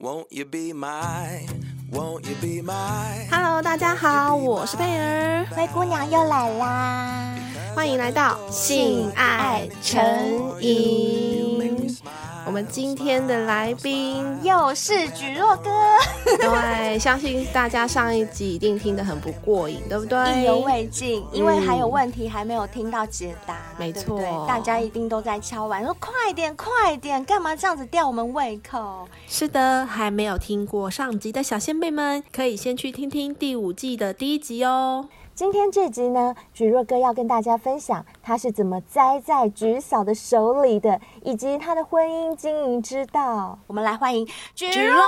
Won't you be my, won't you be my Hello， 大家好，我是佩儿， 灰姑娘又来啦！ 欢迎来到性爱成瘾。我们今天的来宾又是蒟蒻哥， 对，相信大家上一集一定听得很不过瘾，对不对？ 意犹未尽，因为还有问题还没有听到解答， 没错， 对不对？大家一定都在敲碗说快点快点，干嘛这样子吊我们胃口？ 是的，还没有听过上集的小仙妹们，可以先去听听第5季的第1集哦。 今天这集呢，蒟蒻哥要跟大家分享他是怎么栽在蒟嫂的手里的，以及他的婚姻经营之道。我们来欢迎蒟蒻哥，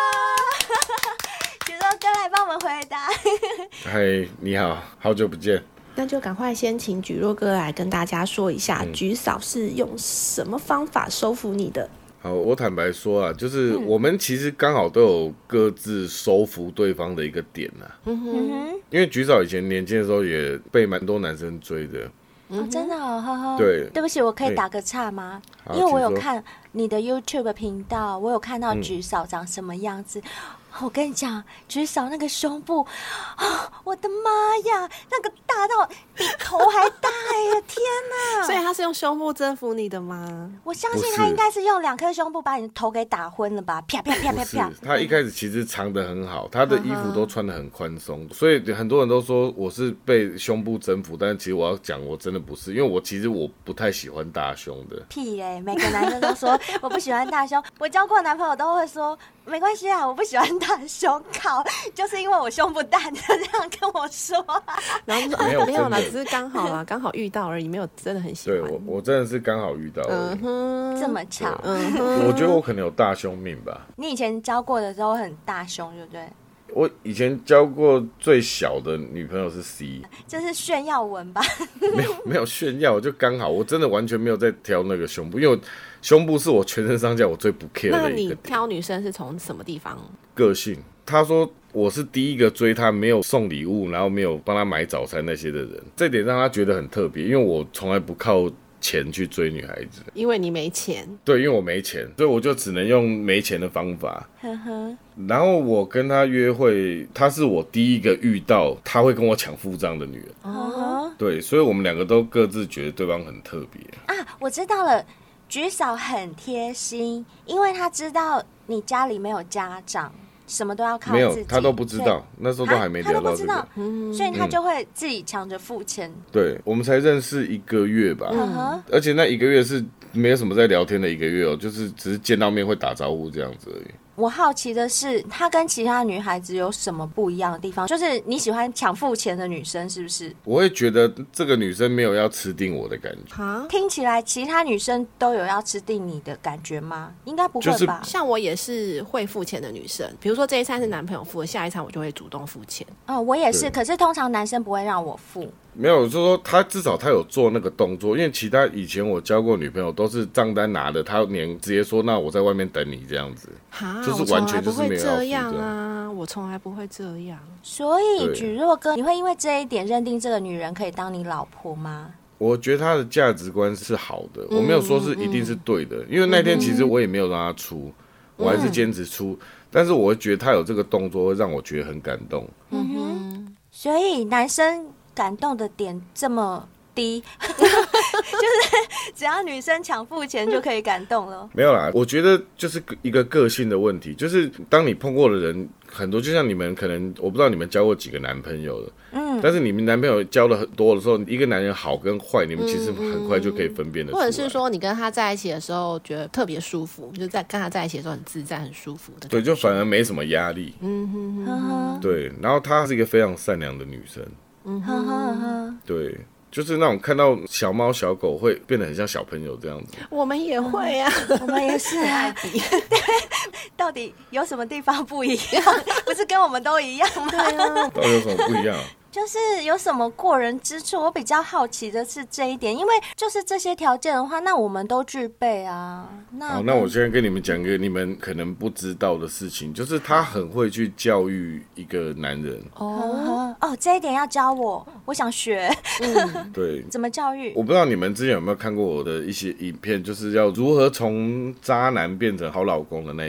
蒟蒻哥来帮我们回答。 嗨，你好，好久不见。 那就赶快先请蒟蒻哥来跟大家说一下，蒟嫂是用什么方法收服你的？ 好，我坦白说啊，就是我们其实刚好都有各自收服对方的一个点啊。因为蒟嫂以前年轻的时候也被蛮多男生追的。 哦，真的哦，呵呵。 对， 对不起，我可以打个岔吗？因为我有看你的 YouTube 频道，我有看到蒟嫂长什么样子。我跟你讲，蒟嫂那个胸部啊，我的妈呀，那个大到比头还大耶！天哪！ 所以他是用胸部征服你的吗？ 我相信他应该是用2颗胸部把你的头给打昏了吧？啪啪啪啪啪！ 他一开始其实藏得很好，他的衣服都穿得很宽松，所以很多人都说我是被胸部征服，但是其实我要讲，我真的不是，因为我其实不太喜欢大胸的。 屁嘞！每个男生都说我不喜欢大胸，我交过的男朋友都会说没关系啊，我不喜欢大胸，靠，就是因为我胸部大，就这样跟我说。 然后就说没有啦，只是刚好啦，刚好遇到而已，没有真的很喜欢。 对，我真的是刚好遇到而已。 这么巧。 我觉得我可能有大胸命吧。 你以前交过的时候很大胸，对不对？ 我以前交过最小的女朋友是 C， 这是炫耀文吧？ 没有炫耀，就刚好，我真的完全没有在挑那个胸部，因为胸部是我全身上下我最不 care 的一个点。 那你挑女生是从什么地方？ 个性。他说我是第一个追他，没有送礼物，然后没有帮他买早餐那些的人，这点让他觉得很特别，因为我从来不靠钱去追女孩子， 因为你没钱。 对，因为我没钱，所以我就只能用没钱的方法。然后我跟他约会，她是我第一个遇到她会跟我抢付账的女人。对，所以我们2个都各自觉得对方很特别啊。我知道了，蒟嫂很贴心，因为她知道你家里没有家长，什么都要靠自己。没有， 他都不知道，那时候都还没聊到这个， 所以他就会自己抢着付钱。 对，我们才认识1个月吧，而且那1个月是没有什么在聊天的1个月哦，就是只是见到面会打招呼这样子而已。 我好奇的是，她跟其他女孩子有什么不一样的地方？就是你喜欢抢付钱的女生，是不是？ 我会觉得这个女生没有要吃定我的感觉。 听起来其他女生都有要吃定你的感觉吗？应该不会吧？ 像我也是会付钱的女生，比如说这一餐是男朋友付的，下一餐我就会主动付钱。 我也是，可是通常男生不会让我付。 没有，就是说他至少他有做那个动作，因为其他以前我交过女朋友都是账单拿的，他连直接说那我在外面等你这样子，就是完全就是没有要付啊，我从来不会这样。 所以蒟蒻哥，你会因为这一点认定这个女人可以当你老婆吗？ 我觉得她的价值观是好的，我没有说是一定是对的，因为那天其实我也没有让她出，我还是坚持出，但是我会觉得她有这个动作会让我觉得很感动。 所以男生感动的点这么低，就是只要女生抢付钱就可以感动了。 没有啦，我觉得就是一个个性的问题，就是当你碰过的人很多，就像你们可能我不知道你们交过几个男朋友了，但是你们男朋友交了很多的时候，一个男人好跟坏，你们其实很快就可以分辨得出来。 或者是说你跟他在一起的时候觉得特别舒服，就是在跟他在一起的时候很自在、很舒服的。 对，就反而没什么压力。对，然后她是一个非常善良的女生。对。就是那种看到小猫小狗会变得很像小朋友这样子， 我们也会啊， 我们也是啊。对，到底有什么地方不一样？不是跟我们都一样吗？ 对啊，到底有什么不一样？ 就是有什么过人之处？我比较好奇的是这一点，因为就是这些条件的话，那我们都具备啊。 那我现在跟你们讲一个你们可能不知道的事情，就是他很会去教育一个男人。 这一点要教我，我想学。 对， 怎么教育？ 我不知道你们之前有没有看过我的一些影片，就是要如何从渣男变成好老公的那一部。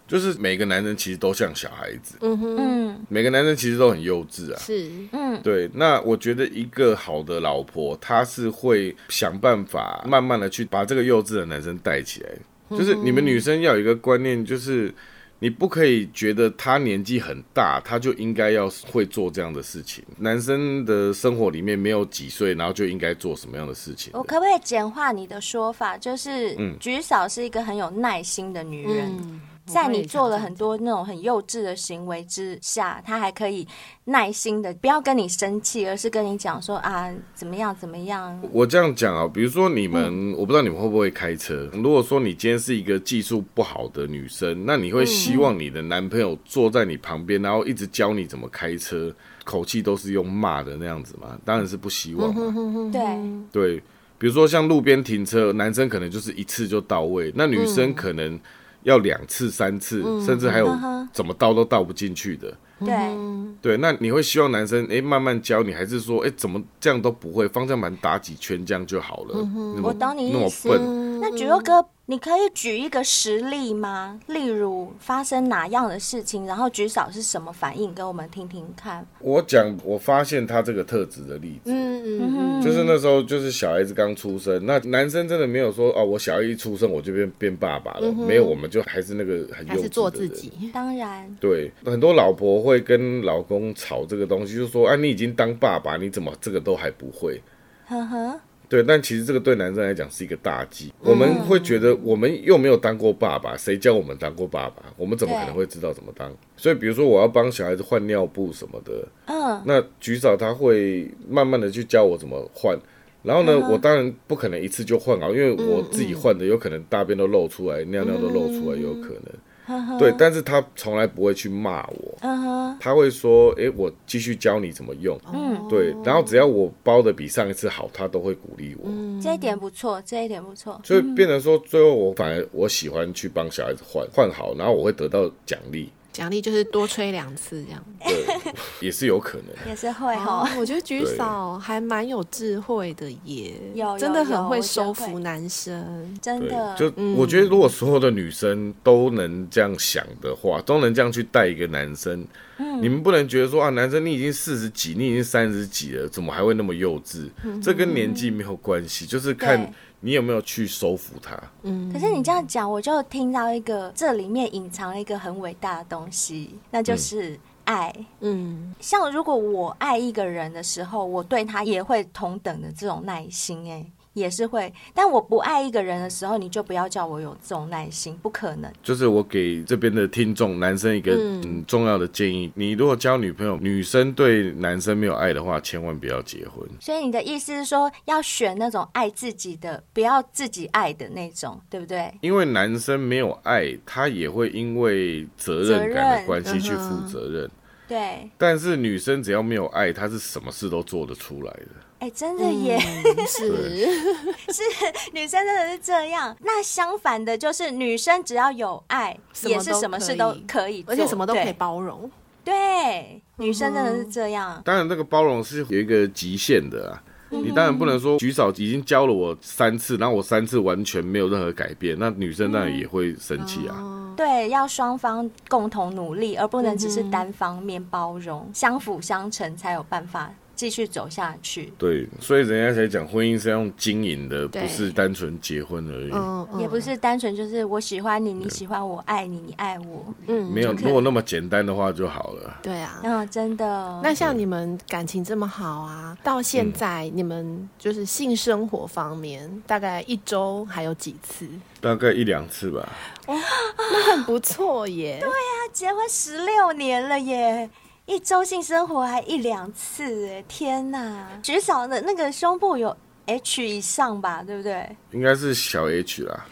就是每个男人其实都像小孩子，每个男人其实都很幼稚啊。 是， 对。那我觉得一个好的老婆，她是会想办法慢慢的去把这个幼稚的男生带起来。就是你们女生要有一个观念，就是你不可以觉得他年纪很大，他就应该要会做这样的事情。男生的生活里面没有几岁，然后就应该做什么样的事情。 我可不可以简化你的说法？就是菊嫂是一个很有耐心的女人。在你做了很多那种很幼稚的行为之下，他还可以耐心的不要跟你生气，而是跟你讲说啊怎么样怎么样。 我这样讲啊，比如说你们，我不知道你们会不会开车。如果说你今天是一个技术不好的女生，那你会希望你的男朋友坐在你旁边，然后一直教你怎么开车，口气都是用骂的那样子吗？当然是不希望嘛。对，比如说像路边停车，男生可能就是一次就到位，那女生可能要2次3次，甚至还有怎么倒都倒不进去的。对，那你会希望男生慢慢教你，还是说怎么这样都不会，方向盘打几圈这样就好了？ 我懂你意思。 那么笨。 那菊佑哥，你可以举一个实例吗？例如发生哪样的事情，然后菊嫂是什么反应，给我们听听看。 我讲我发现他这个特质的例子，就是那时候就是小孩子刚出生，那男生真的没有说我小孩一出生我就变爸爸了，没有，我们就还是那个很幼稚的人， 还是做自己。 当然， 对，很多老婆会跟老公吵这个东西，就说你已经当爸爸，你怎么这个都还不会？对，但其实这个对男生来讲是一个大忌。我们会觉得我们又没有当过爸爸，谁教我们当过爸爸？我们怎么可能会知道怎么当？所以比如说我要帮小孩子换尿布什么的，那菊嫂他会慢慢的去教我怎么换。然后呢，我当然不可能一次就换好，因为我自己换的有可能大便都漏出来，尿尿都漏出来，有可能。对，但是他从来不会去骂我，他会说我继续教你怎么用，对，然后只要我包的比上一次好，他都会鼓励我， 这一点不错，这一点不错。 所以变成说最后我反而我喜欢去帮小孩子换好，然后我会得到奖励。 奖励就是多吹2次这样， 对，也是有可能， 也是会我觉得菊嫂还蛮有智慧的耶， 有真的很会收服男生， 真的。 就我觉得，如果所有的女生都能这样想的话，都能这样去带一个男生，你们不能觉得说男生你已经40几，你已经30几了，怎么还会那么幼稚？这跟年纪没有关系，就是看你有没有去收服他。 可是你这样讲，我就听到一个这里面隐藏了一个很伟大的东西，那就是爱。像如果我爱一个人的时候，我对他也会同等的这种耐心，也是会。但我不爱一个人的时候，你就不要叫我有这种耐心，不可能。 就是我给这边的听众男生一个重要的建议，你如果交女朋友，女生对男生没有爱的话，千万不要结婚。 所以你的意思是说，要选那种爱自己的，不要自己爱的那种，对不对？ 因为男生没有爱，他也会因为责任感的关系去负责任。 对， 但是女生只要没有爱，她是什么事都做得出来的。 真的耶， 是女生真的是这样。那相反的，就是女生只要有爱，也是什么事都可以做， 而且什么都可以包容。 对，女生真的是这样。 当然，这个包容是有一个极限的啊。你当然不能说菊嫂已经教了我3次，然后我3次完全没有任何改变，那女生当然也会生气啊。 对，要双方共同努力，而不能只是单方面包容，相辅相成才有办法继续走下去。 对，所以人家才讲婚姻是要用经营的，不是单纯结婚而已。 也不是单纯就是我喜欢你，你喜欢我，爱你，你爱我。 没有，如果那么简单的话就好了。 对啊， 真的。 那像你们感情这么好啊，到现在你们就是性生活方面，大概1周还有几次？ 大概1、2次吧。 那很不错耶。 对啊，结婚16年了耶。1周性生活还1、2次，天哪！菊嫂的那个胸部有 H 以上吧，对不对？ 应该是小 H 啦。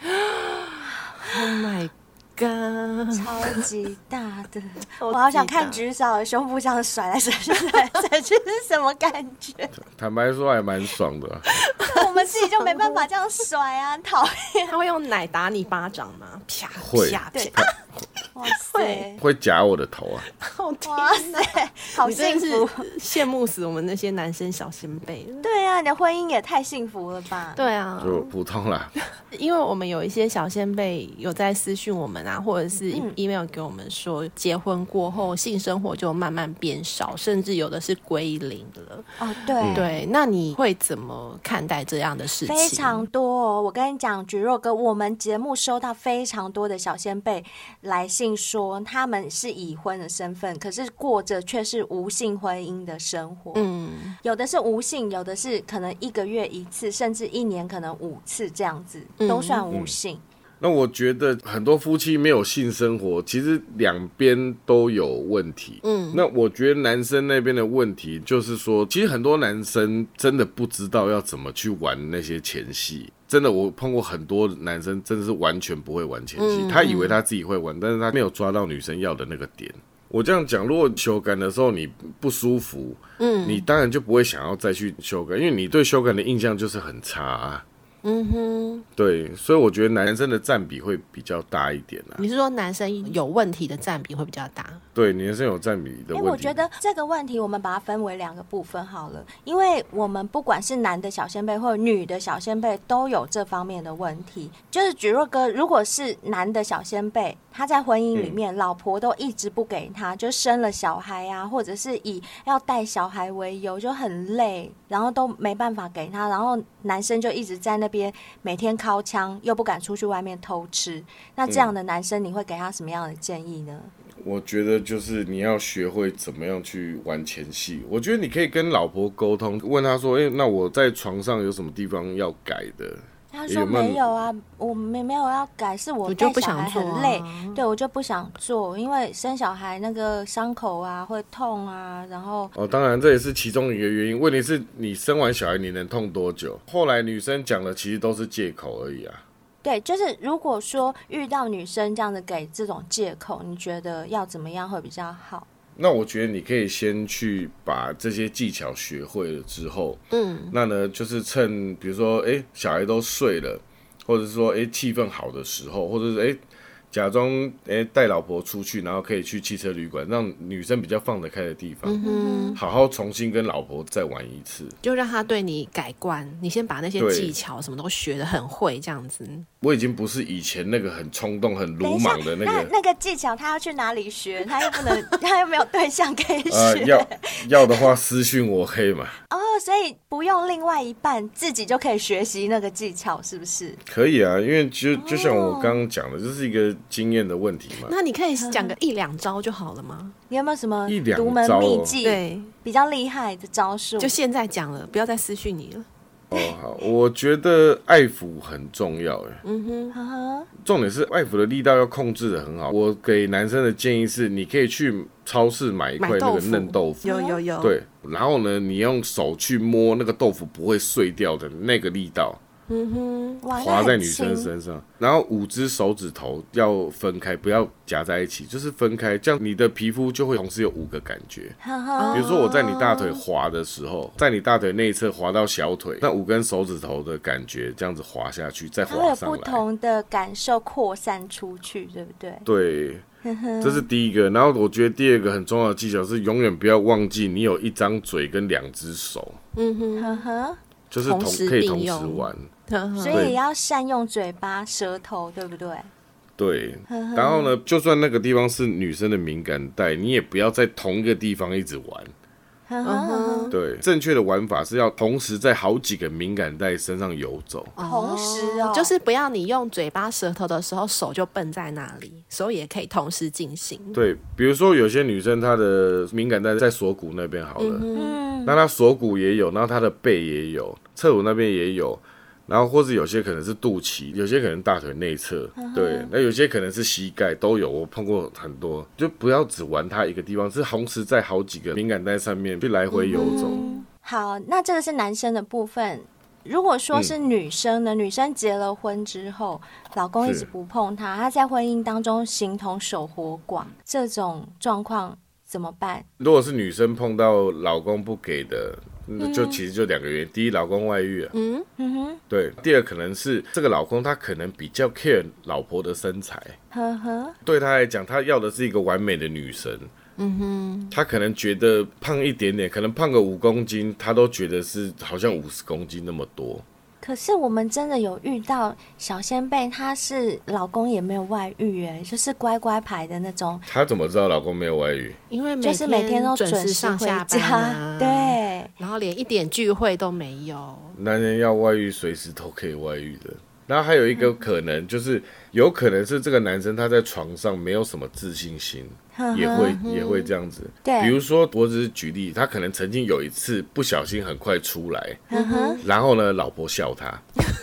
Oh my god！ 超级大的，我好想看菊嫂的胸部这样甩来甩去甩来甩去是什么感觉？ 坦白说还蛮爽的。 我们自己就没办法这样甩啊，讨厌。 他会用奶打你巴掌吗？啪会啪啪。 哇塞， 会夹我的头啊。 好天哇塞，好你真幸福。 的是羡慕死我们那些男生小先辈了。 对啊，你的婚姻也太幸福了吧？ 对啊， 就普通啦。 因为我们有一些小先辈有在私讯我们啊，或者是 email 给我们说，结婚过后性生活就慢慢变少，甚至有的是归零了。 哦，对。 对，那你会怎么看待这样的事情？ 非常多哦，我跟你讲，菊若哥，我们节目收到非常多的小先辈来信说，他们是已婚的身份，可是过着却是无性婚姻的生活。有的是无性，有的是可能1个月1次，甚至1年可能5次这样子，都算无性。 那我觉得很多夫妻没有性生活，其实两边都有问题。那我觉得男生那边的问题就是说，其实很多男生真的不知道要怎么去玩那些前戏。真的，我碰过很多男生，真的是完全不会玩前戏。他以为他自己会玩，但是他没有抓到女生要的那个点。我这样讲，如果修改的时候你不舒服，你当然就不会想要再去修改，因为你对修改的印象就是很差啊。对，所以我觉得男生的占比会比较大一点啊。 你是说男生有问题的占比会比较大？ 对，男生有占比的问题。 因为我觉得这个问题我们把它分为2个部分好了，因为我们不管是男的小先辈或者女的小先辈都有这方面的问题。就是菊若哥，如果是男的小先辈，他在婚姻里面，老婆都一直不给他，就生了小孩啊，或者是以要带小孩为由，就很累，然后都没办法给他，然后男生就一直在那边每天靠枪，又不敢出去外面偷吃。那这样的男生，你会给他什么样的建议呢？ 我觉得就是你要学会怎么样去玩前戏。我觉得你可以跟老婆沟通，问他说：“那我在床上有什么地方要改的？” 他说没有啊，我没有要改，是我带小孩很累，对我就不想做，因为生小孩那个伤口啊会痛啊，然后当然这也是其中一个原因。问题是你生完小孩你能痛多久？后来女生讲的其实都是借口而已啊。 对，就是如果说遇到女生这样子给这种借口，你觉得要怎么样会比较好？ 那我觉得你可以先去把这些技巧学会了之后，那呢就是趁比如说小孩都睡了，或者是说气氛好的时候，或者是假装带老婆出去，然后可以去汽车旅馆，让女生比较放得开的地方，好好重新跟老婆再玩一次， 就让她对你改观。你先把那些技巧什么都学得很会，这样子。 我已经不是以前那个很冲动、很鲁莽的那个。 那个技巧他要去哪里学？他又不能，他又没有对象可以学。 要的话私讯我可以吗？ 所以不用另外一半，自己就可以学习那个技巧，是不是？ 可以啊，因为就像我刚刚讲的，这是一个经验的问题嘛。 那你可以讲个1-2招就好了吗？ 你有没有什么 1-2 独门秘技？ 对， 比较厉害的招数。 就现在讲了，不要再私讯你了。 好，我觉得爱抚很重要。重点是爱抚的力道要控制得很好。我给男生的建议是，你可以去超市买一块那个嫩豆腐， 有， 对，然后呢，你用手去摸那个豆腐不会碎掉的那个力道。滑在女生身上，然后5只手指头要分开，不要夹在一起，就是分开，这样你的皮肤就会同时有5个感觉。比如说我在你大腿滑的时候，在你大腿内侧滑到小腿，那5根手指头的感觉这样子滑下去，再滑上来， 它会有不同的感受扩散出去，对不对？ 对。这是第一个，然后我觉得第2个很重要的技巧是，永远不要忘记你有1张嘴跟2只手。就是可以同时玩， 所以也要善用嘴巴、舌头，对不对？ 对。然后呢，就算那个地方是女生的敏感带，你也不要在同一个地方一直玩。对，正确的玩法是要同时在好几个敏感带身上游走。 同时就是不要你用嘴巴、舌头的时候，手就笨在那里，手也可以同时进行。 对，比如说有些女生她的敏感带在锁骨那边好了，那她锁骨也有，然后她的背也有，侧骨那边也有。然后或是有些可能是肚脐，有些可能大腿内侧，对，那有些可能是膝盖，都有，我碰过很多。就不要只玩它一个地方，是同时在好几个敏感带上面去来回游走。 好，那这个是男生的部分。如果说是女生呢，女生结了婚之后，老公一直不碰她，她在婚姻当中形同守活寡，这种状况怎么办？ 如果是女生碰到老公不给的， 就其实就2个原因，第一老公外遇啊，对，第二可能是这个老公他可能比较 care 老婆的身材，对他来讲他要的是一个完美的女神，他可能觉得胖一点点，可能胖个5公斤，他都觉得是好像50公斤那么多。 可是我们真的有遇到小仙贝，她是老公也没有外遇，就是乖乖牌的那种。 她怎么知道老公没有外遇？ 因为就是每天都准时上下班啊， 对， 然后连一点聚会都没有。 男人要外遇，随时都可以外遇的。然后还有一个可能，就是有可能是这个男生他在床上没有什么自信心，也会这样子。 对， 比如说我只是举例，他可能曾经有一次不小心很快出来，然后呢，老婆笑他。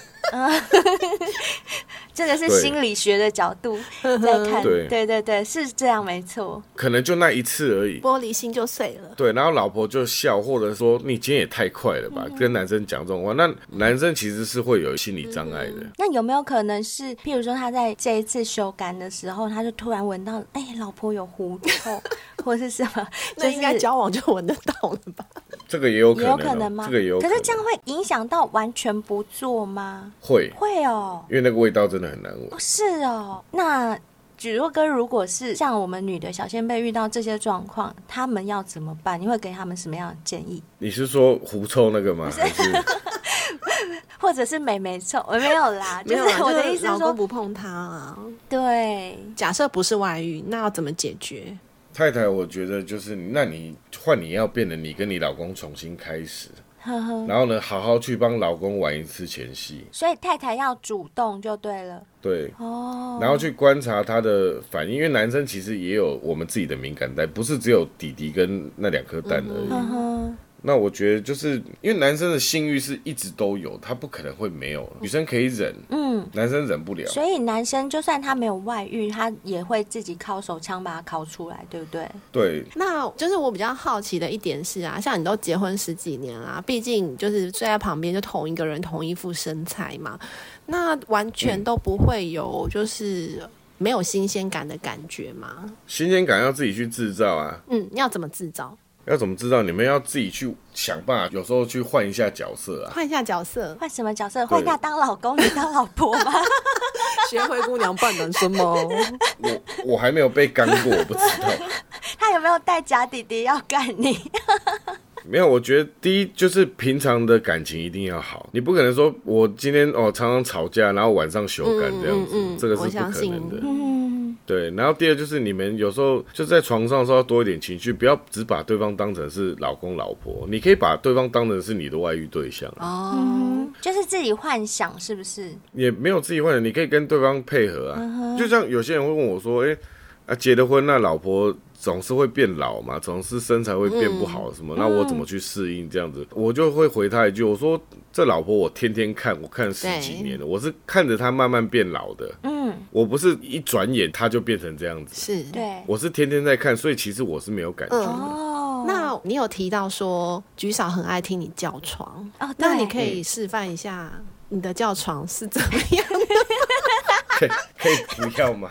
这个是心理学的角度在看，对，是这样没错。 可能就那一次而已， 玻璃心就碎了。 对，然后老婆就笑，或者说你今天也太快了吧，跟男生讲这种话，那男生其实是会有心理障碍的。 那有没有可能是，譬如说他在这一次修改的时候，他就突然闻到，老婆有狐臭，或是什么？ 那应该交往就闻得到了吧？ 这个也有可能， 有可能吗？ 这个也有可能。 可是这样会影响到完全不做吗？ 会哦， 因为那个味道真的很难闻。 是哦，那蒟蒻哥，如果是像我们女的小仙贝遇到这些状况，他们要怎么办？你会给他们什么样的建议？ 你是说狐臭那个吗？还是或者是美眉臭？没有啦，就是我的意思是说， 老公不碰她啊。 对， 假设不是外遇，那要怎么解决？ 太太，我觉得就是，那你换你要变得你跟你老公重新开始。然后呢，好好去帮老公玩一次前戏， 所以太太要主动就对了。 对，然后去观察他的反应，因为男生其实也有我们自己的敏感带，不是只有弟弟跟那2颗蛋而已。那我觉得就是因为男生的性欲是一直都有，他不可能会没有，女生可以忍，男生忍不了。 所以男生就算他没有外遇，他也会自己靠手枪把它靠出来，对不对？ 对。 那就是我比较好奇的一点是啊，像你都结婚10几年啦，毕竟就是睡在旁边就同一个人同一副身材嘛，那完全都不会有就是没有新鲜感的感觉吗？ 新鲜感要自己去制造啊。 要怎么制造？ 要怎么知道？你们要自己去想办法，有时候去换一下角色啊。 换一下角色？ 换什么角色？换他当老公，你当老婆吗？ 学灰姑娘扮男生吗？ 我还没有被干过，我不知道。 他有没有带假弟弟要干你？ 没有，我觉得第一就是平常的感情一定要好，你不可能说我今天常常吵架，然后晚上休感这样子，这个是不可能的。对，然后第二就是你们有时候就在床上的时候要多一点情绪，不要只把对方当成是老公老婆，你可以把对方当成是你的外遇对象。 就是自己幻想是不是？ 也没有自己幻想，你可以跟对方配合啊。就像有些人会问我说，结了婚那老婆总是会变老嘛，总是身材会变不好什么，那我怎么去适应这样子？我就会回他一句，我说这老婆我天天看，我看10几年了，我是看着她慢慢变老的。我不是一转眼她就变成这样子， 是对， 我是天天在看，所以其实我是没有感觉的。 那你有提到说菊嫂很爱听你叫床，那你可以示范一下你的叫床是怎么样的？ 可以不要吗？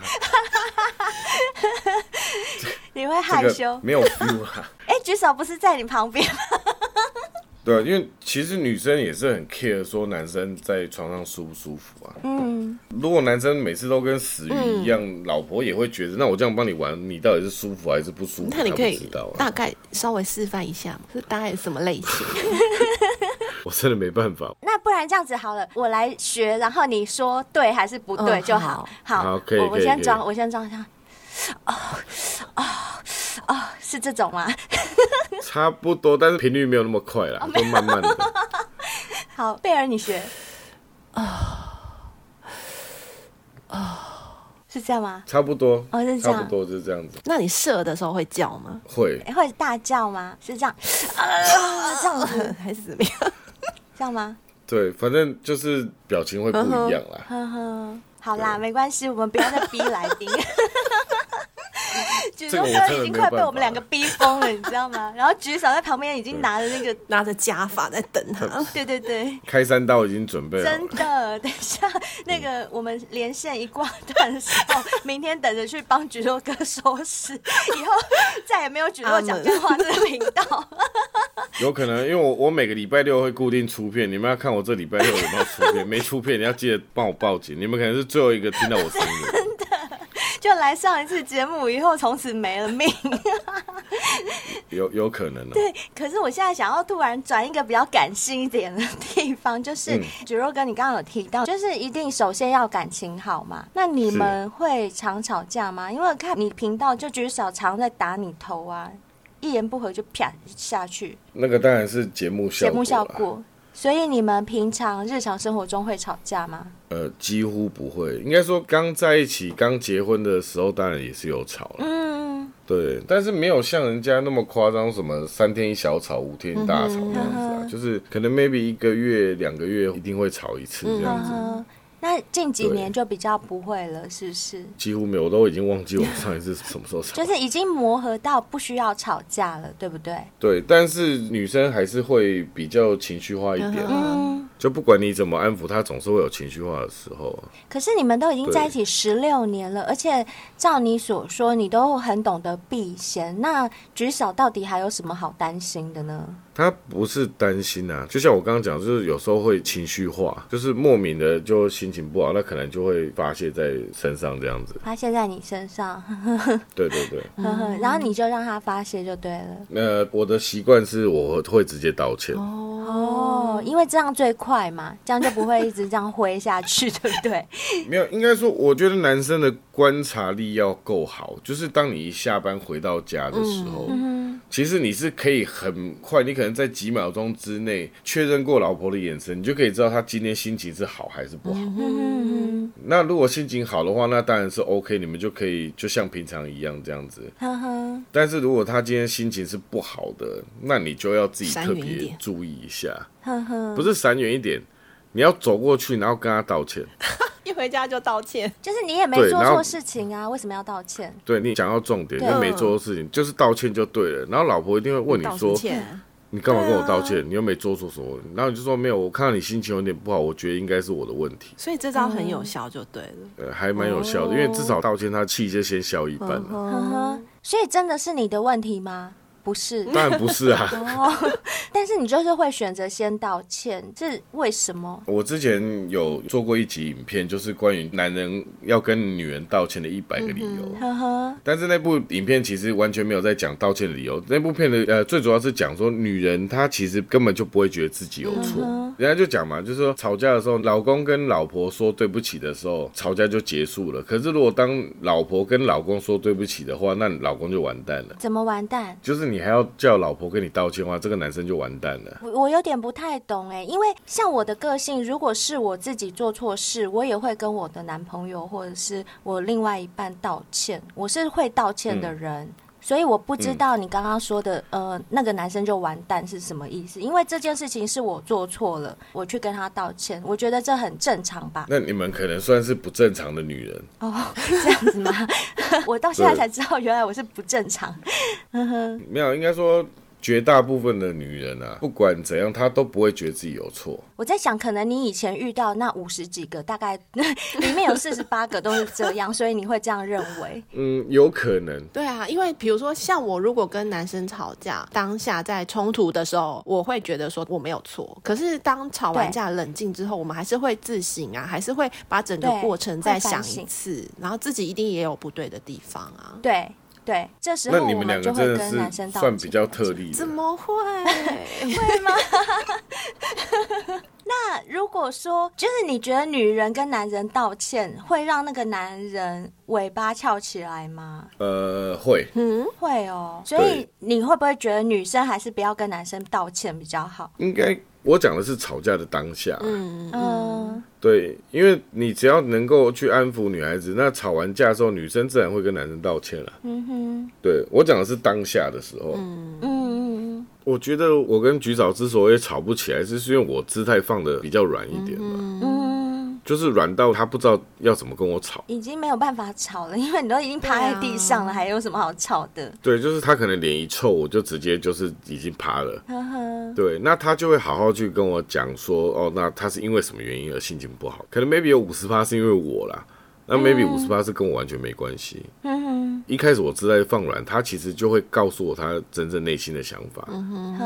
你会害羞？ 没有 feel 啊！ 菊嫂不是在你旁边吗？ 对，因为其实女生也是很 care 说男生在床上舒不舒服啊。如果男生每次都跟死鱼一样，老婆也会觉得，那我这样帮你玩，你到底是舒服还是不舒服？ 那你可以大概稍微示范一下，是大概什么类型？ 我真的没办法。 那不然这样子好了，我来学，然后你说对还是不对就好。 好，可以。 我先装一下。是这种吗？ 差不多，但是频率没有那么快啦，都慢慢的。 好，贝尔你学。是这样吗？ 差不多。 是这样。 差不多就是这样子。 那你射的时候会叫吗？ 会大叫吗？是这样。这样子还是怎么样？ 这样吗？ 对，反正就是表情会不一样啦。 好啦，没关系，我们不要再逼来宾。菊嫂已经快被我们2个逼疯了，你知道吗？然后菊嫂在旁边已经拿着假发在等他。 对， 开山刀已经准备了。 真的，等一下那个我们连线一挂断的时候，明天等着去帮菊蒻哥收拾，以后再也没有菊蒻讲电话这个频道。 有可能，因为我每个礼拜六会固定出片，你们要看我这礼拜六有没有出片，没出片你要记得帮我报警，你们可能是最后一个听到我声音的。 就来上一次节目以后，从此没了命。 有可能对，可是我现在想要突然转一个比较感性一点的地方，就是蒟蒻哥，你刚刚有提到，就是一定首先要感情好嘛。那你们会常吵架吗？因为我看你频道就举手常在打你头啊，一言不合就啪下去。 那个当然是节目效果。 所以你们平常日常生活中会吵架吗？ 几乎不会。应该说刚在一起、刚结婚的时候，当然也是有吵了。对，但是没有像人家那么夸张，什么3天一小吵、5天一大吵这样子啊。就是可能 maybe 1个月、2个月一定会吵一次这样子。 那近几年就比较不会了，是不是？ 几乎没有，我都已经忘记我上一次什么时候吵。 就是已经磨合到不需要吵架了，对不对？ 对，但是女生还是会比较情绪化一点。就不管你怎么安抚她，总是会有情绪化的时候。 可是你们都已经在一起16年了，而且照你所说，你都很懂得避嫌。那蒟嫂到底还有什么好担心的呢？ 他不是担心啊，就像我刚刚讲，就是有时候会情绪化，就是莫名的就心情不好，那可能就会发泄在身上这样子。 发泄在你身上， 对对对， 然后你就让他发泄就对了。 我的习惯是我会直接道歉。 因为这样最快嘛，这样就不会一直这样挥下去，对不对？ 没有，应该说，我觉得男生的观察力要够好，就是当你一下班回到家的时候。其实你是可以很快，你可能在几秒钟之内确认过老婆的眼神，你就可以知道她今天心情是好还是不好。那如果心情好的话，那当然是 OK， 你们就可以就像平常一样这样子。但是如果她今天心情是不好的，那你就要自己特别注意一下。不是闪远一点，你要走过去，然后跟她道歉。 一回家就道歉， 就是你也没做错事情啊，为什么要道歉？ 对，你讲到重点，就没做错事情，就是道歉就对了。然后老婆一定会问你说：“你干嘛跟我道歉？你又没做错什么。”然后你就说：“没有，我看到你心情有点不好，我觉得应该是我的问题。” 所以这招很有效，就对了。 还蛮有效的，因为至少道歉，他气就先消一半了。 所以真的是你的问题吗？不是， 当然不是啊。 但是你就是会选择先道歉，是为什么？ 我之前有做过一集影片，就是关于男人要跟女人道歉的100个理由。但是那部影片其实完全没有在讲道歉的理由。那部片的最主要是讲说，女人她其实根本就不会觉得自己有错。人家就讲嘛，就是说吵架的时候，老公跟老婆说对不起的时候，吵架就结束了。可是如果当老婆跟老公说对不起的话，那老公就完蛋了。 怎么完蛋？ 就是你还要叫老婆跟你道歉的话，这个男生就完蛋了。 我有点不太懂因为像我的个性，如果是我自己做错事，我也会跟我的男朋友或者是我另外一半道歉，我是会道歉的人。所以我不知道你刚刚说的那个男生就完蛋是什么意思，因为这件事情是我做错了，我去跟他道歉，我觉得这很正常吧。 那你们可能算是不正常的女人这样子吗？我到现在才知道原来我是不正常。 没有，应该说绝大部分的女人啊，不管怎样，她都不会觉得自己有错。 我在想，可能你以前遇到那50几个，大概里面有48个都是这样，所以你会这样认为？ 有可能。 对啊，因为比如说像我如果跟男生吵架，当下在冲突的时候，我会觉得说我没有错。可是当吵完架冷静之后，我们还是会自省啊，还是会把整个过程再想一次，然然后自己一定也有不对的地方啊。 对，这时候我们就会跟男生道歉。 算比较特例的。 怎么会？ 会吗？那如果说，就是你觉得女人跟男人道歉会让那个男人尾巴翘起来吗？ 会。 会哦。所以你会不会觉得女生还是不要跟男生道歉比较好？ 应该，我讲的是吵架的当下。对，因为你只要能够去安抚女孩子，那吵完架之后，女生自然会跟男生道歉了。对，我讲的是当下的时候。我觉得我跟菊嫂之所以吵不起来，是因为我姿态放的比较软一点嘛。就是软到他不知道要怎么跟我吵， 已经没有办法吵了，因为你都已经趴在地上了，还有什么好吵的？ 对，就是他可能脸一臭，我就直接就是已经趴了。对，那他就会好好去跟我讲说，哦，那他是因为什么原因而心情不好？可能 maybe 有50%是因为我啦，那 maybe 50%是跟我完全没关系。一开始我姿态放软，他其实就会告诉我他真正内心的想法。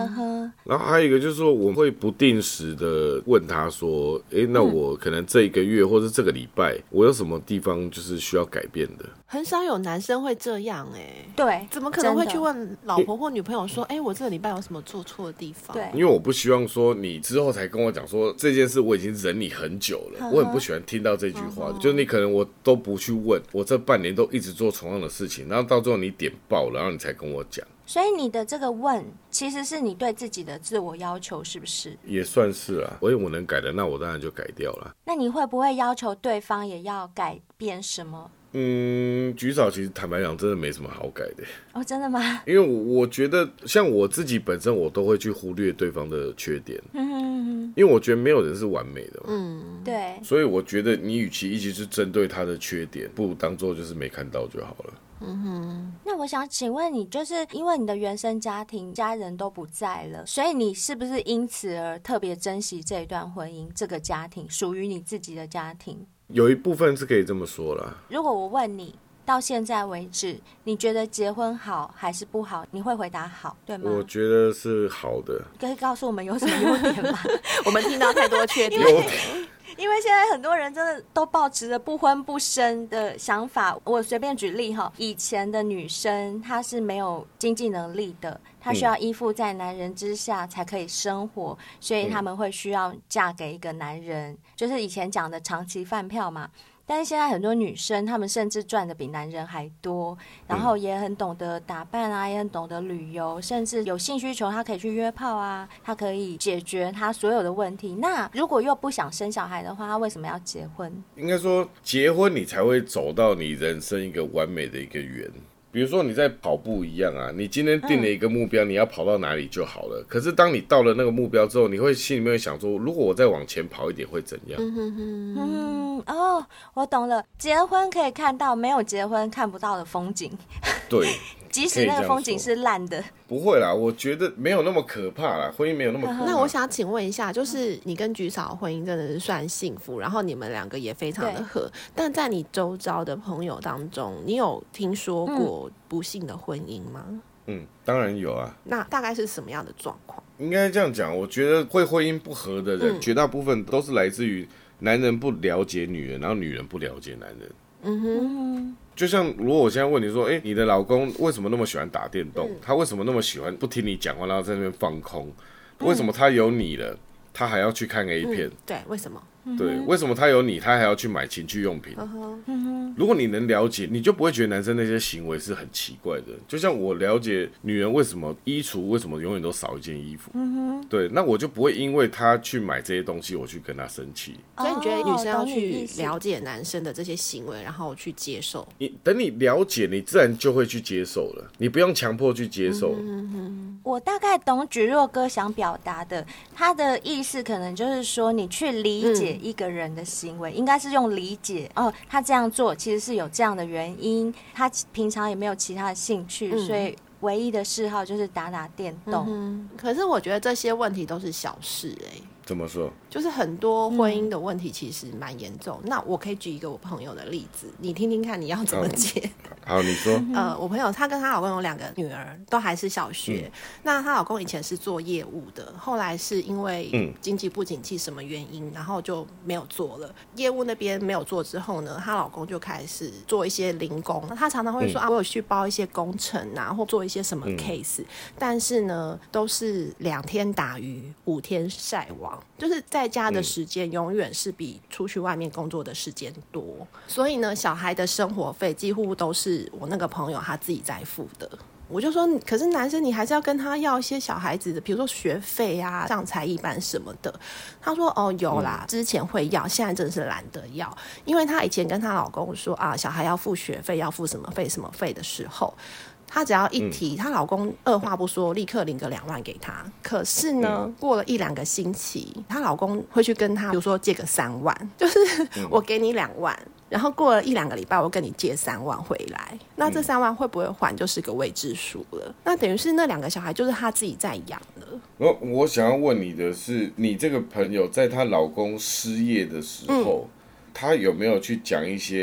然后还有一个就是说，我会不定时的问他说，那我可能这一个月或者这个礼拜，我有什么地方就是需要改变的？ 很少有男生会这样对， 怎么可能会去问老婆或女朋友说，我这个礼拜有什么做错的地方？ 对， 因为我不希望说你之后才跟我讲说这件事，我已经忍你很久了，我很不喜欢听到这句话，就是你可能我都不去问，我这半年都一直做同样的事情，然后到最后你点爆了，然后你才跟我讲。 所以你的这个问，其实是你对自己的自我要求，是不是？ 也算是啊，我能改的，那我当然就改掉了。 那你会不会要求对方也要改变什么？ 举嫂其实坦白讲，真的没什么好改的。 哦，真的吗？ 因为我觉得，像我自己本身，我都会去忽略对方的缺点。因为我觉得没有人是完美的嘛。 对。 所以我觉得，你与其一直去针对他的缺点，不如当做就是没看到就好了。 那我想请问你，就是因为你的原生家庭家人都不在了，所以你是不是因此而特别珍惜这一段婚姻，这个家庭属于你自己的家庭？ 有一部分是可以这么说啦。 如果我问你，到现在为止，你觉得结婚好还是不好？你会回答好，对吗？ 我觉得是好的。 可以告诉我们有什么优点吗？ 我们听到太多缺点。 因为现在很多人真的都抱持着不婚不生的想法。我随便举例哈，以前的女生她是没有经济能力的，她需要依附在男人之下才可以生活，所以他们会需要嫁给一个男人，就是以前讲的长期饭票嘛。但是现在很多女生，她们甚至赚的比男人还多，然后也很懂得打扮啊，也很懂得旅游，甚至有性需求，她可以去约炮啊，她可以解决她所有的问题。那如果又不想生小孩的话，她为什么要结婚？ 应该说，结婚你才会走到你人生一个完美的一个圆。比如说你在跑步一样啊，你今天定了一个目标，你要跑到哪里就好了。可是当你到了那个目标之后，你会心里面会想说，如果我再往前跑一点会怎样？ 哦，我懂了。结婚可以看到没有结婚看不到的风景。 对。 即使那个风景是烂的， 不会啦，我觉得没有那么可怕啦，婚姻没有那么可怕。 那我想请问一下，就是你跟菊嫂的婚姻真的是算幸福，然后你们两个也非常的合，但在你周遭的朋友当中，你有听说过不幸的婚姻吗？ 当然有啊。 那大概是什么样的状况？ 应该这样讲，我觉得会婚姻不和的人，绝大部分都是来自于男人不了解女人，然后女人不了解男人。就像如果我现在问你说，你的老公为什么那么喜欢打电动？他为什么那么喜欢不听你讲话，然后在那边放空？为什么他有你了，他还要去看 A 片？ 对，为什么？ 对，为什么他有你，他还要去买情趣用品？如果你能了解，你就不会觉得男生那些行为是很奇怪的。就像我了解女人为什么衣橱为什么永远都少一件衣服，对，那我就不会因为他去买这些东西，我去跟他生气。 所以你觉得女生要去了解男生的这些行为，然后去接受？ 等你了解，你自然就会去接受了，你不用强迫去接受。 我大概懂蒟蒻哥想表达的，他的意思可能就是说，你去理解一个人的行为，应该是用理解哦，他这样做其实是有这样的原因，他平常也没有其他的兴趣，所以唯一的嗜好就是打打电动。 可是我觉得这些问题都是小事怎么说？ 就是很多婚姻的问题其实蛮严重。那我可以举一个我朋友的例子，你听听看你要怎么解。 好，你说。 我朋友她跟她老公有2个女儿，都还是小学。那她老公以前是做业务的，后来是因为经济不景气什么原因，然后就没有做了。业务那边没有做之后呢，她老公就开始做一些零工。她常常会说我有去包一些工程啊，或做一些什么 case，但是呢，都是2天打鱼5天晒网。就是在家的时间永远是比出去外面工作的时间多，所以呢，小孩的生活费几乎都是我那个朋友他自己在付的。我就说，可是男生你还是要跟他要一些小孩子的，比如说学费啊、上才艺班什么的。他说有啦，之前会要，现在真的是懒得要，因为她以前跟她老公说小孩要付学费，要付什么费什么费的时候，她只要一提，她老公二话不说，立刻领个2万给她。可是呢，过了1-2个星期，她老公会去跟她，比如说借个3万，就是我给你2万，然后过了1-2个礼拜，我跟你借3万回来。那这3万会不会还，就是个未知数了。那等于是那2个小孩就是她自己在养了。 我想要问你的是，你这个朋友在她老公失业的时候，她有没有去讲一些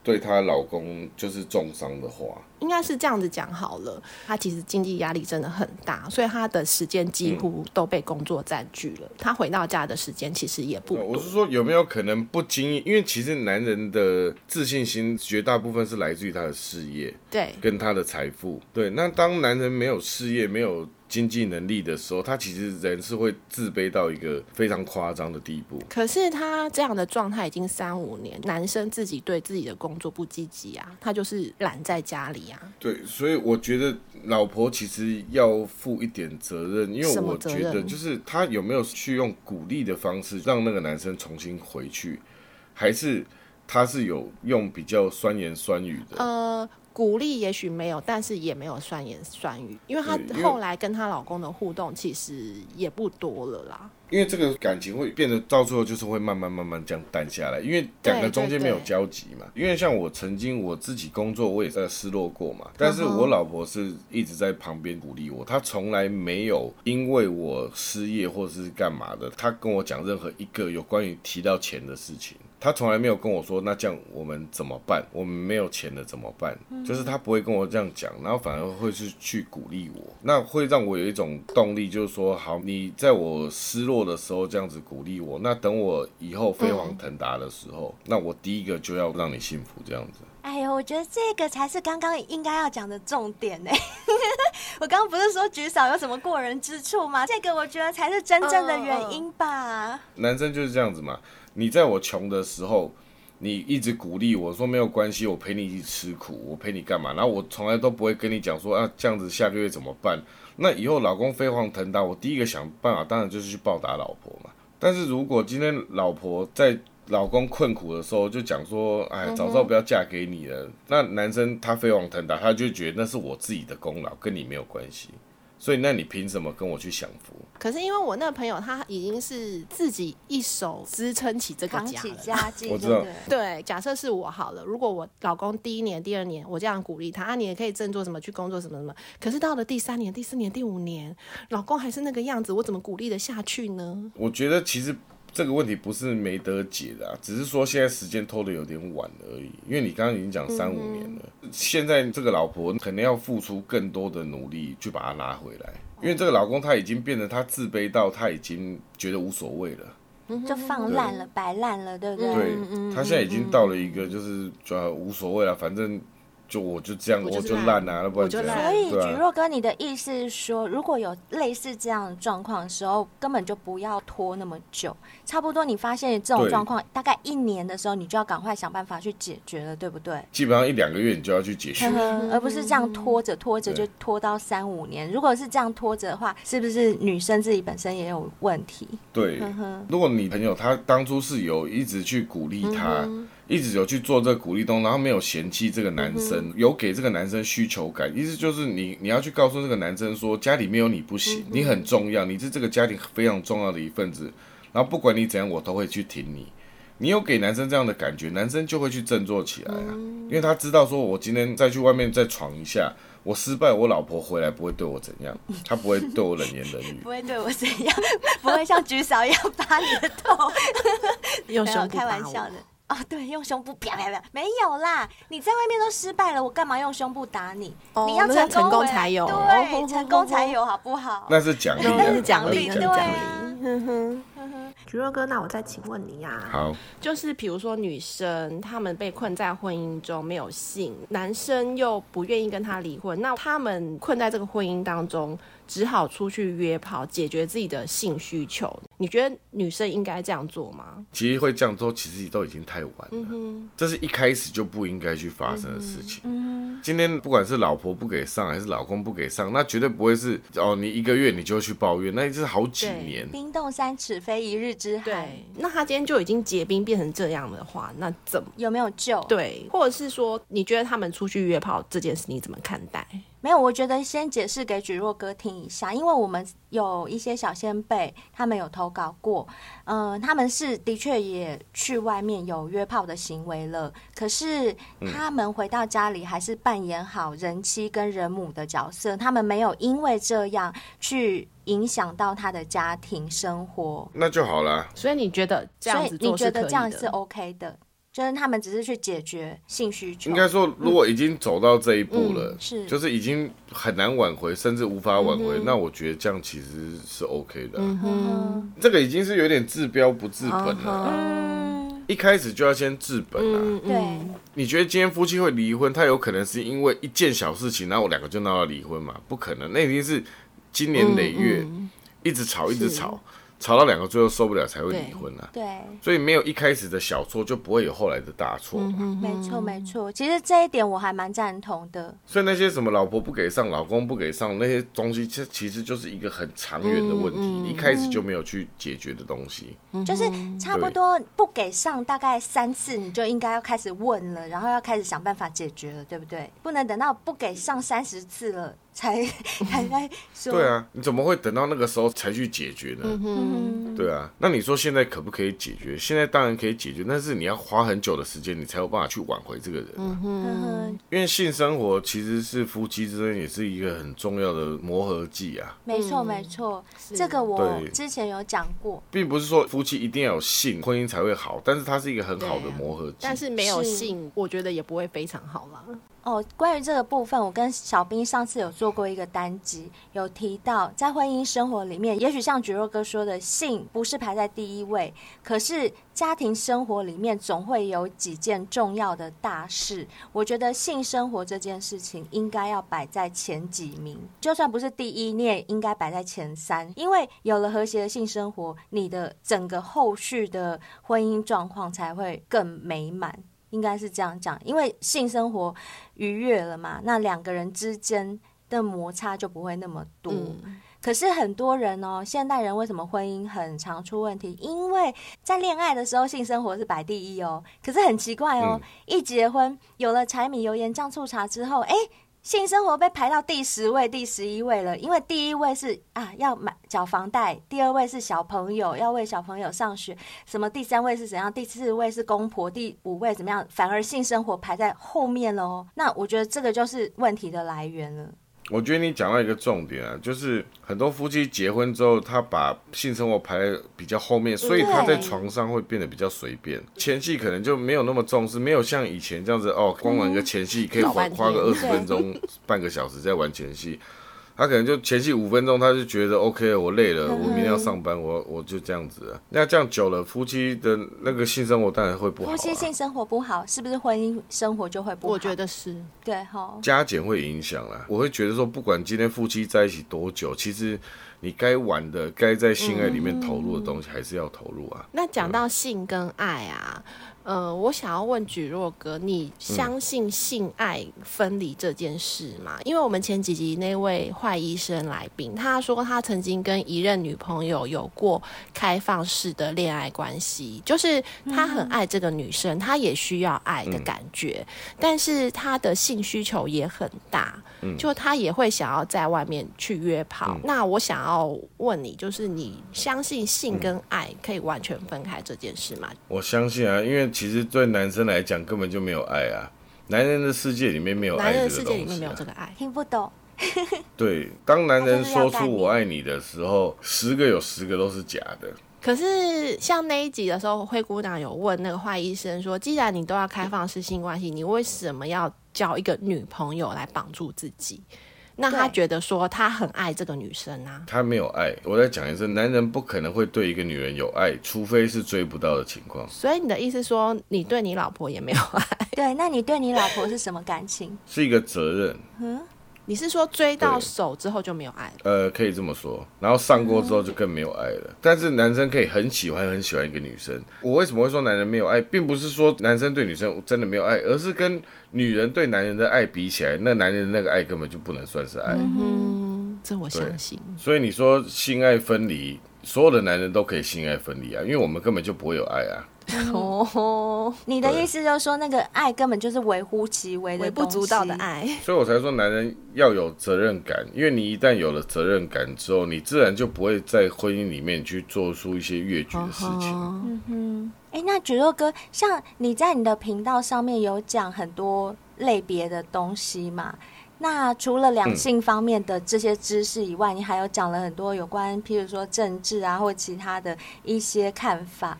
对她老公就是重伤的话， 应该是这样子讲好了。她其实经济压力真的很大，所以她的时间几乎都被工作占据了。她回到家的时间其实也不多。 我是说有没有可能不经意，因为其实男人的自信心绝大部分是来自于他的事业， 对， 跟他的财富。对，那当男人没有事业、没有经济能力的时候，他其实人是会自卑到一个非常夸张的地步。 可是他这样的状态已经3-5年，男生自己对自己的工作不积极啊，他就是懒在家里啊。 对，所以我觉得老婆其实要负一点责任，因为我觉得就是他有没有去用鼓励的方式让那个男生重新回去，还是他是有用比较酸言酸语的？ 鼓励也许没有，但是也没有酸言酸语，因为她后来跟她老公的互动其实也不多了啦。 因为这个感情会变得到最后就是会慢慢这样淡下来，因为两个中间没有交集嘛。因为像我曾经我自己工作，我也在失落过嘛，但是我老婆是一直在旁边鼓励我，她从来没有因为我失业或是干嘛的，她跟我讲任何一个有关于提到钱的事情。他从来没有跟我说，那这样我们怎么办？我们没有钱了怎么办？就是他不会跟我这样讲，然后反而会是去鼓励我，那会让我有一种动力，就是说，好，你在我失落的时候这样子鼓励我，那等我以后飞黄腾达的时候，那我第一个就要让你幸福，这样子。 哎呦，我觉得这个才是刚刚应该要讲的重点呢。我刚刚不是说菊嫂有什么过人之处吗？这个我觉得才是真正的原因吧。 男生就是这样子嘛，你在我穷的时候，你一直鼓励我说没有关系，我陪你一起吃苦，我陪你干嘛？然后我从来都不会跟你讲说啊，这样子下个月怎么办？那以后老公飞黄腾达，我第一个想办法当然就是去报答老婆嘛。但是如果今天老婆在老公困苦的时候就讲说，哎，早知道不要嫁给你了，那男生他飞黄腾达，他就觉得那是我自己的功劳，跟你没有关系。所以那你凭什么跟我去享福？ 可是因为我那个朋友他已经是自己一手支撑起这个家了， 扛起家计， 我知道。 对，假设是我好了，如果我老公第1年、第2年我这样鼓励他，你也可以振作什么去工作什么什么。可是到了第3年、第4年、第5年，老公还是那个样子，我怎么鼓励得下去呢？ 我觉得其实这个问题不是没得解的只是说现在时间拖得有点晚而已。因为你刚刚已经讲3-5年了，现在这个老婆可能要付出更多的努力去把她拉回来，因为这个老公他已经变得他自卑到他已经觉得无所谓了。 就放烂了，摆烂了，对不对？ 对，他现在已经到了一个就是无所谓了，反正我就这样，我就烂啊，不然怎样？ 所以菊若哥，你的意思是说，如果有类似这样的状况的时候，根本就不要拖那么久，差不多你发现这种状况，大概1年的时候，你就要赶快想办法去解决了，对不对？ 基本上1-2个月你就要去解决， 而不是这样拖着就拖到3-5年。如果是这样拖着的话，是不是女生自己本身也有问题？ 对，如果你朋友他当初是有一直去鼓励他。一直有去做这个鼓励动作，然后没有嫌弃这个男生，有给这个男生需求感，意思就是你要去告诉这个男生说，家里没有你不行，你很重要，你是这个家庭非常重要的一份子，然后不管你怎样，我都会去挺你。你有给男生这样的感觉，男生就会去振作起来啊，因为他知道说我今天再去外面再闯一下，我失败，我老婆回来不会对我怎样，她不会对我冷言冷语， 不会对我怎样，不会像菊嫂一样扒你的头， 用胸部开玩笑的。哦，对，用胸部啪啪啪，没有啦！你在外面都失败了，我干嘛用胸部打你？你要成功才有， 对，成功才有，好不好？ 那是奖励， 那是奖励， 对啊。菊若哥，那我再请问你啊， 好， 就是比如说女生她们被困在婚姻中没有性，男生又不愿意跟她离婚，那他们困在这个婚姻当中，只好出去约炮解决自己的性需求。你觉得女生应该这样做吗？ 其实会这样做，其实都已经太晚了。这是一开始就不应该去发生的事情。今天不管是老婆不给上，还是老公不给上，那绝对不会是你1个月你就去抱怨，那是好几年。 冰冻3尺非一日之寒。 对，那他今天就已经结冰变成这样的话，那怎么有没有救？ 对，或者是说，你觉得他们出去约炮这件事你怎么看待？ 没有，我觉得先解释给菊若哥听一下，因为我们有一些小先辈，他们有投稿过，他们是的确也去外面有约炮的行为了，可是他们回到家里还是扮演好人妻跟人母的角色，他们没有因为这样去影响到他的家庭生活， 那就好了。 所以你觉得这样子做是可以的？ 所以你觉得这样是 OK 的？ 就是他们只是去解决性需求。 应该说，如果已经走到这一步了，就是已经很难挽回，甚至无法挽回，那我觉得这样其实是 OK 的。这个已经是有点治标不治本了。一开始就要先治本啊。 对。 你觉得今天夫妻会离婚，他有可能是因为一件小事情，然后两个就闹到离婚吗？不可能，那一定是经年累月，一直吵，一直吵。吵到两个最后受不了才会离婚啊。 对， 所以没有一开始的小错，就不会有后来的大错嘛。 没错没错，其实这一点我还蛮赞同的。 所以那些什么老婆不给上，老公不给上那些东西，其实就是一个很长远的问题，一开始就没有去解决的东西。 就是差不多不给上大概3次，你就应该要开始问了，然后要开始想办法解决了，对不对？不能等到不给上30次了才来说。 对啊，你怎么会等到那个时候才去解决呢？对啊，那你说现在可不可以解决？现在当然可以解决，但是你要花很久的时间，你才有办法去挽回这个人。因为性生活其实是夫妻之间也是一个很重要的磨合剂啊。 没错没错，这个我之前有讲过， 并不是说夫妻一定要有性，婚姻才会好，但是它是一个很好的磨合剂。 但是没有性，我觉得也不会非常好啦。 关于这个部分，我跟小兵上次有做过一个单集，有提到在婚姻生活里面，也许像菊若哥说的，性不是排在第一位，可是家庭生活里面总会有几件重要的大事，我觉得性生活这件事情应该要摆在前几名，就算不是第一，你也应该摆在前3，因为有了和谐的性生活，你的整个后续的婚姻状况才会更美满。应该是这样讲，因为性生活愉悦了嘛，那两个人之间的摩擦就不会那么多。可是很多人现代人为什么婚姻很常出问题？因为在恋爱的时候性生活是摆第一可是很奇怪一结婚有了柴米油盐酱醋茶之后，性生活被排到第10位、第11位了，因为第一位是要缴房贷，第2位是小朋友要为小朋友上学，什么第3位是怎样，第4位是公婆，第5位怎么样，反而性生活排在后面了那我觉得这个就是问题的来源了。 我觉得你讲到一个重点就是很多夫妻结婚之后，他把性生活排在比较后面，所以他在床上会变得比较随便，前戏可能就没有那么重视，没有像以前这样子光玩一个前戏可以花个20分钟、半个小时在玩前戏。他可能就前戏5分钟，他就觉得 OK， 我累了，我明天要上班，我就这样子了。那这样久了，夫妻的那个性生活当然会不好夫妻性生活不好，是不是婚姻生活就会不好？ 我觉得是， 对加减会影响啦。我会觉得说，不管今天夫妻在一起多久，其实你该玩的、该在性爱里面投入的东西，还是要投入啊。 那讲到性跟爱我想要问菊若哥，你相信性爱分离这件事吗？因为我们前几集那位坏医生来宾，他说他曾经跟一任女朋友有过开放式的恋爱关系，就是他很爱这个女生，他也需要爱的感觉，但是他的性需求也很大，就他也会想要在外面去约炮。那我想要问你，就是你相信性跟爱可以完全分开这件事吗？ 我相信啊，因为其实对男生来讲根本就没有爱啊，男人的世界里面没有爱这个东西， 男人的世界里面没有这个爱， 听不懂。 对，当男人说出我爱你的时候，10个有10个都是假的。 可是像那一集的时候，灰姑娘有问那个坏医生说，既然你都要开放式性关系，你为什么要交一个女朋友来绑住自己？那他觉得说他很爱这个女生啊， 他没有爱。我再讲一次，男人不可能会对一个女人有爱，除非是追不到的情况。 所以你的意思说，你对你老婆也没有爱？ 对，那你对你老婆是什么感情？ 是一个责任。 你是说追到手之后就没有爱了？可以这么说。然后上过之后就更没有爱了。但是男生可以很喜欢一个女生。我为什么会说男人没有爱，并不是说男生对女生真的没有爱，而是跟女人对男人的爱比起来，那男人的那个爱根本就不能算是爱。 这我相信。 所以你说性爱分离，所有的男人都可以性爱分离啊，因为我们根本就不会有爱啊。 你的意思就是说，那个爱根本就是微乎其微的、 微不足道的爱， 所以我才说男人要有责任感，因为你一旦有了责任感之后，你自然就不会在婚姻里面去做出一些越矩的事情。 那菊若哥，像你在你的频道上面有讲很多类别的东西嘛？那除了两性方面的这些知识以外，你还有讲了很多有关譬如说政治啊或其他的一些看法。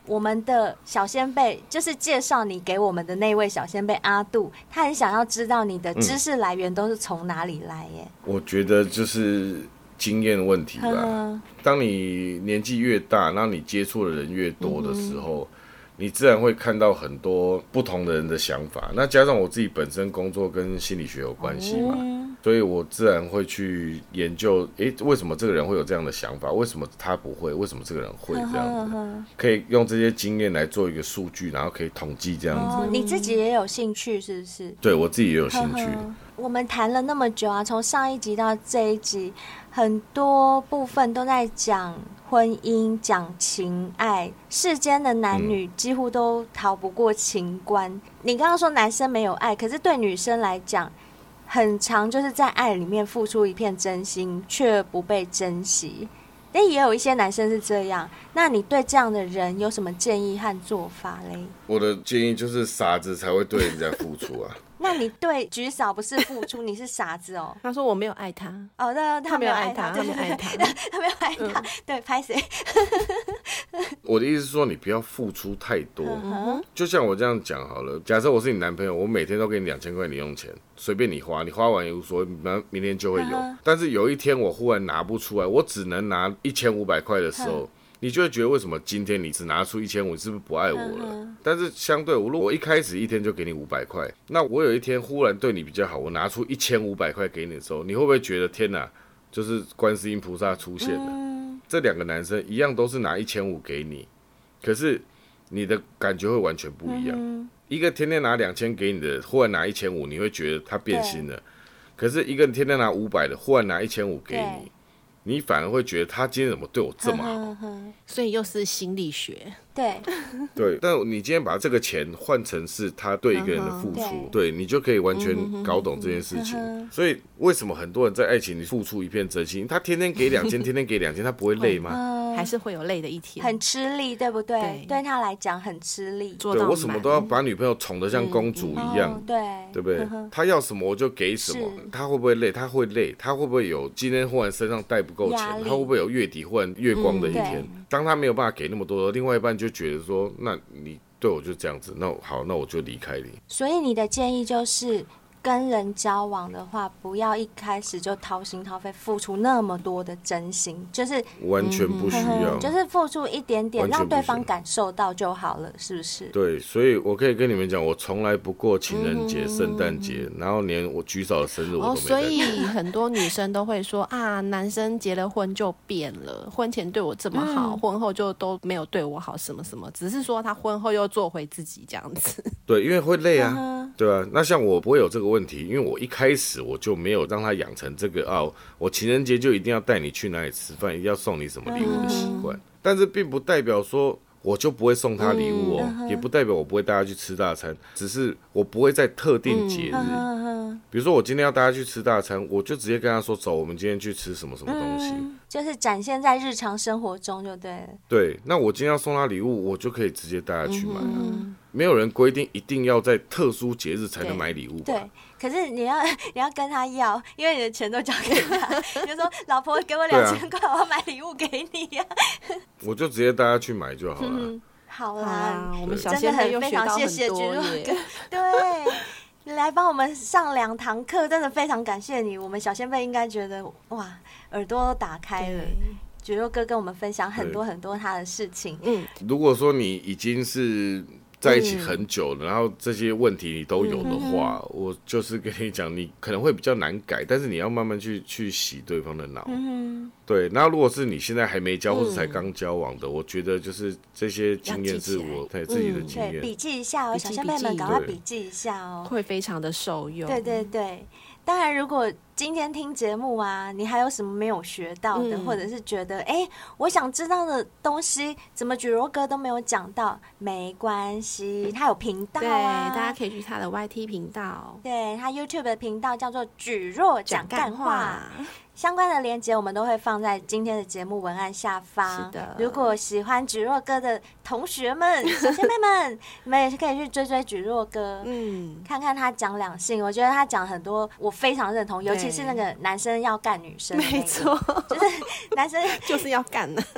我们的小先辈，就是介绍你给我们的那位小先辈阿杜，他很想要知道你的知识来源都是从哪里来耶。 我觉得就是经验问题吧。当你年纪越大，然后你接触的人越多的时候，你自然会看到很多不同的人的想法。那加上我自己本身工作跟心理学有关系嘛，所以我自然会去研究，为什么这个人会有这样的想法？为什么他不会？为什么这个人会这样子？可以用这些经验来做一个数据，然后可以统计这样子。 你自己也有兴趣是不是？ 对，我自己也有兴趣。 我们谈了那么久啊，从上一集到这一集，很多部分都在讲婚姻、讲情爱，世间的男女几乎都逃不过情关。你刚刚说男生没有爱，可是对女生来讲，很常就是在爱里面付出一片真心，却不被珍惜。但也有一些男生是这样，那你对这样的人有什么建议和做法嘞？ 我的建议就是傻子才会对人家付出啊。 那你对菊嫂不是付出，你是傻子哦。 他说我没有爱他。 哦，那他没有爱他， 他没有爱他， 他没有爱他。对，拍谁？ 我的意思是说，你不要付出太多。就像我这样讲好了，假设我是你男朋友，我每天都给你2000块零用钱，随便你花，你花完也无所谓，明天就会有。但是有一天我忽然拿不出来，我只能拿1500块的时候，你就会觉得为什么今天你只拿出1500，你是不是不爱我了？但是相对如果我一开始一天就给你500块，那我有一天忽然对你比较好，我拿出1500块给你的时候，你会不会觉得天哪，就是观世音菩萨出现了？这两个男生一样都是拿1500给你，可是你的感觉会完全不一样。一个天天拿2000给你的，忽然拿1500，你会觉得他变心了。可是一个天天拿500的，忽然拿1500给你，你反而会觉得他今天怎么对我这么好？ 所以又是心理学。 对， 但你今天把这个钱换成是他对一个人的付出，对你就可以完全搞懂这件事情。所以为什么很多人在爱情里付出一片真心，他天天给2000，天天给2000，他不会累吗？ 还是会有累的一天， 很吃力，对不对？对他来讲很吃力。 对，我什么都要把女朋友宠得像公主一样，对不对？他要什么我就给什么。他会不会累？他会累。他会不会有今天忽然身上带不够钱？他会不会有月底忽然月光的一天？当他没有办法给那么多，另外一半就觉得说，那你对我就这样子，那好，那我就离开你。 所以你的建议就是，跟人交往的话，不要一开始就掏心掏肺付出那么多的真心，就是完全不需要， 就是付出一点点，让对方感受到就好了，是不是？ 对，所以我可以跟你们讲，我从来不过情人节、圣诞节，然后连我菊嫂的生日我都没在过。 所以很多女生都会说啊，男生结了婚就变了，婚前对我这么好，婚后就都没有对我好，什么什么，只是说他婚后又做回自己这样子。 对，因为会累啊，对啊。那像我不会有这个问题，因为我一开始我就没有让他养成这个我情人节就一定要带你去哪里吃饭，一定要送你什么礼物的习惯。但是并不代表说我就不会送他礼物也不代表我不会带他去吃大餐，只是我不会在特定节日，比如说我今天要带他去吃大餐，我就直接跟他说走，我们今天去吃什么什么东西， 就是展现在日常生活中就对了。 对，那我今天要送他礼物，我就可以直接带他去买没有人规定一定要在特殊节日才能买礼物吧？ 对，可是你要跟他要，因为你的钱都交给他，你就说老婆给我2000块，我要买礼物给你呀。 我就直接带他去买就好了。 好啦， 我们小仙妹又学到很多耶。 对，你来帮我们上2堂课，真的非常感谢你。我们小仙妹应该觉得哇，耳朵都打开了。菊若哥跟我们分享很多很多他的事情。 如果说你已经是在一起很久了，然后这些问题你都有的话，我就是跟你讲，你可能会比较难改，但是你要慢慢去洗对方的脑。对，然后如果是你现在还没交或是才刚交往的，我觉得就是这些经验是我自己的经验， 笔记一下哦，小仙妹们赶快笔记一下哦， 会非常的受用。 对。当然，如果今天听节目啊，你还有什么没有学到的，或者是觉得我想知道的东西，怎么菊若哥都没有讲到，没关系，他有频道啊， 对，大家可以去他的 YT 频道， 对，他 YouTube 的频道叫做菊若讲干话。相关的连结我们都会放在今天的节目文案下方。是的，如果喜欢菊若哥的同学们、小仙妹们，你们也是可以去追菊若哥，看看他讲两性，我觉得他讲很多我非常认同，尤其是那个男生要干女生， 没错， 就是男生就是要干的。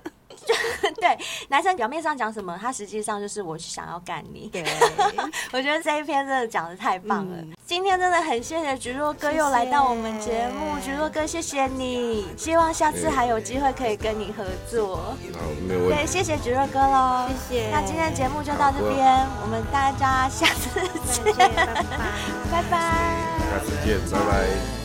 对，男生表面上讲什么，他实际上就是我想要干你。 对， 我觉得这一篇真的讲得太棒了。今天真的很谢谢菊若哥又来到我们节目，菊若哥谢谢你，希望下次还有机会可以跟你合作。 好，没有问题。 对，谢谢菊若哥喽， 谢谢。 那今天的节目就到这边，我们大家下次见， 拜拜， 拜拜， 下次见，拜拜。